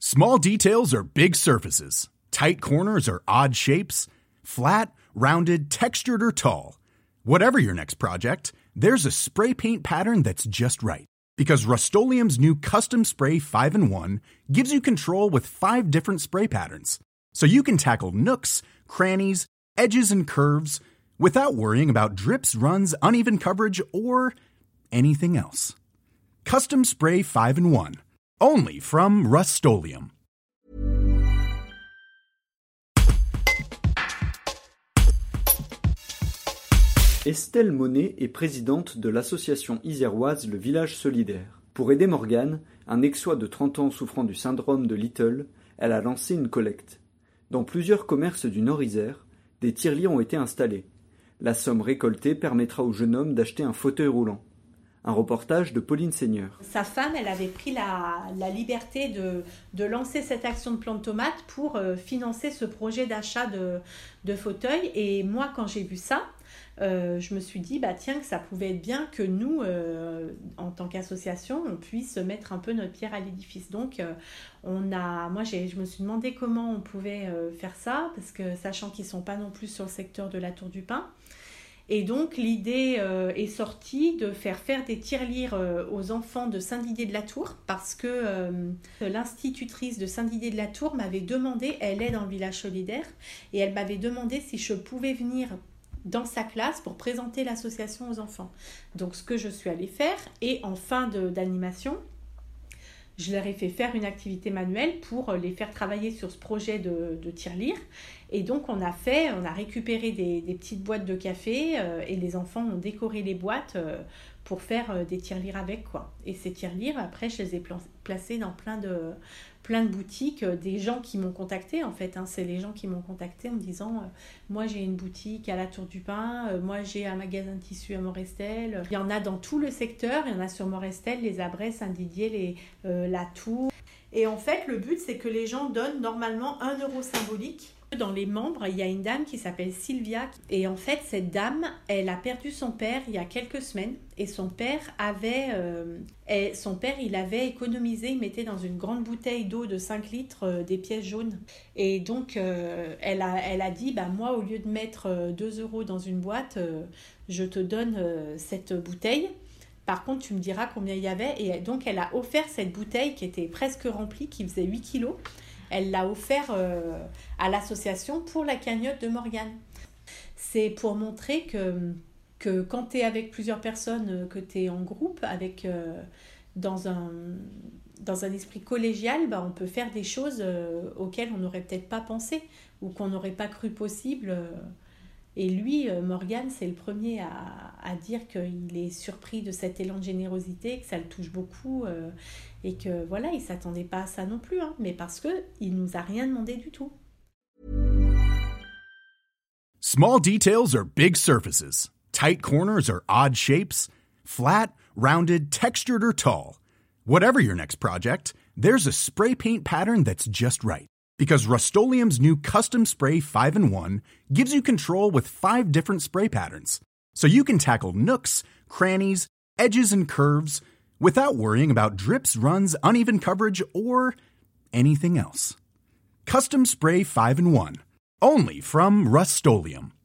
Small details are big surfaces. Tight corners are odd shapes. Flat, rounded, textured, or tall. Whatever your next project, there's a spray paint pattern that's just right. Because Rust-Oleum's new Custom Spray 5-in-1 gives you control with 5 different spray patterns. So you can tackle nooks, crannies, edges, and curves without worrying about drips, runs, uneven coverage, or anything else. Custom Spray 5-in-1. Only from Rust-Oleum. Estelle Monet est présidente de l'association iséroise Le Village Solidaire. Pour aider Morgane, un Aixois de 30 ans souffrant du syndrome de Little, elle a lancé une collecte. Dans plusieurs commerces du Nord-Isère, des tirelires ont été installés. La somme récoltée permettra au jeune homme d'acheter un fauteuil roulant. Un reportage de Pauline Seigneur. Sa femme, elle avait pris la liberté de lancer cette action de plan de tomates pour financer ce projet d'achat de fauteuil. Et moi, quand j'ai vu ça, je me suis dit, tiens, que ça pouvait être bien que nous, en tant qu'association, on puisse mettre un peu notre pierre à l'édifice. Donc, je me suis demandé comment on pouvait faire ça, parce que sachant qu'ils ne sont pas non plus sur le secteur de la Tour du Pin. Et donc, l'idée est sortie de faire des tirelires aux enfants de Saint-Didier de la Tour, parce que l'institutrice de Saint-Didier de la Tour m'avait demandé, elle est dans le village solidaire, et elle m'avait demandé si je pouvais venir dans sa classe pour présenter l'association aux enfants. Donc, ce que je suis allée faire, et en fin d'animation, je leur ai fait faire une activité manuelle pour les faire travailler sur ce projet de tirelire. Et donc, on a récupéré des petites boîtes de café et les enfants ont décoré les boîtes pour faire des tirelires avec, quoi. Et ces tirelires, après, je les ai placés dans plein de boutiques, des gens qui m'ont contacté en fait, c'est les gens qui m'ont contacté en me disant moi j'ai une boutique à la Tour du Pin, moi j'ai un magasin de tissus à Morestel. Il y en a dans tout le secteur, il y en a sur Morestel, les Abrets, Saint-Didier, la Tour. Et en fait le but c'est que les gens donnent normalement 1 euro symbolique. Dans les membres, il y a une dame qui s'appelle Sylvia. Et en fait, cette dame, elle a perdu son père il y a quelques semaines. Et son père il avait économisé, il mettait dans une grande bouteille d'eau de 5 litres des pièces jaunes. Et donc, elle a dit, moi, au lieu de mettre 2 euros dans une boîte, je te donne cette bouteille. Par contre, tu me diras combien il y avait. Et donc, elle a offert cette bouteille qui était presque remplie, qui faisait 8 kilos. Elle l'a offert à l'association pour la cagnotte de Morgane. C'est pour montrer que quand tu es avec plusieurs personnes, que tu es en groupe, dans un esprit collégial, on peut faire des choses auxquelles on n'aurait peut-être pas pensé ou qu'on n'aurait pas cru possible. Et lui, Morgane, c'est le premier à dire qu'il est surpris de cet élan de générosité, que ça le touche beaucoup et que voilà, il ne s'attendait pas à ça non plus, mais parce qu'il ne nous a rien demandé du tout. Small details are big surfaces. Tight corners are odd shapes. Flat, rounded, textured, or tall. Whatever your next project, there's a spray paint pattern that's just right. Because Rust-Oleum's new Custom Spray 5-in-1 gives you control with 5 different spray patterns. So you can tackle nooks, crannies, edges, and curves without worrying about drips, runs, uneven coverage, or anything else. Custom Spray 5-in-1. Only from Rust-Oleum.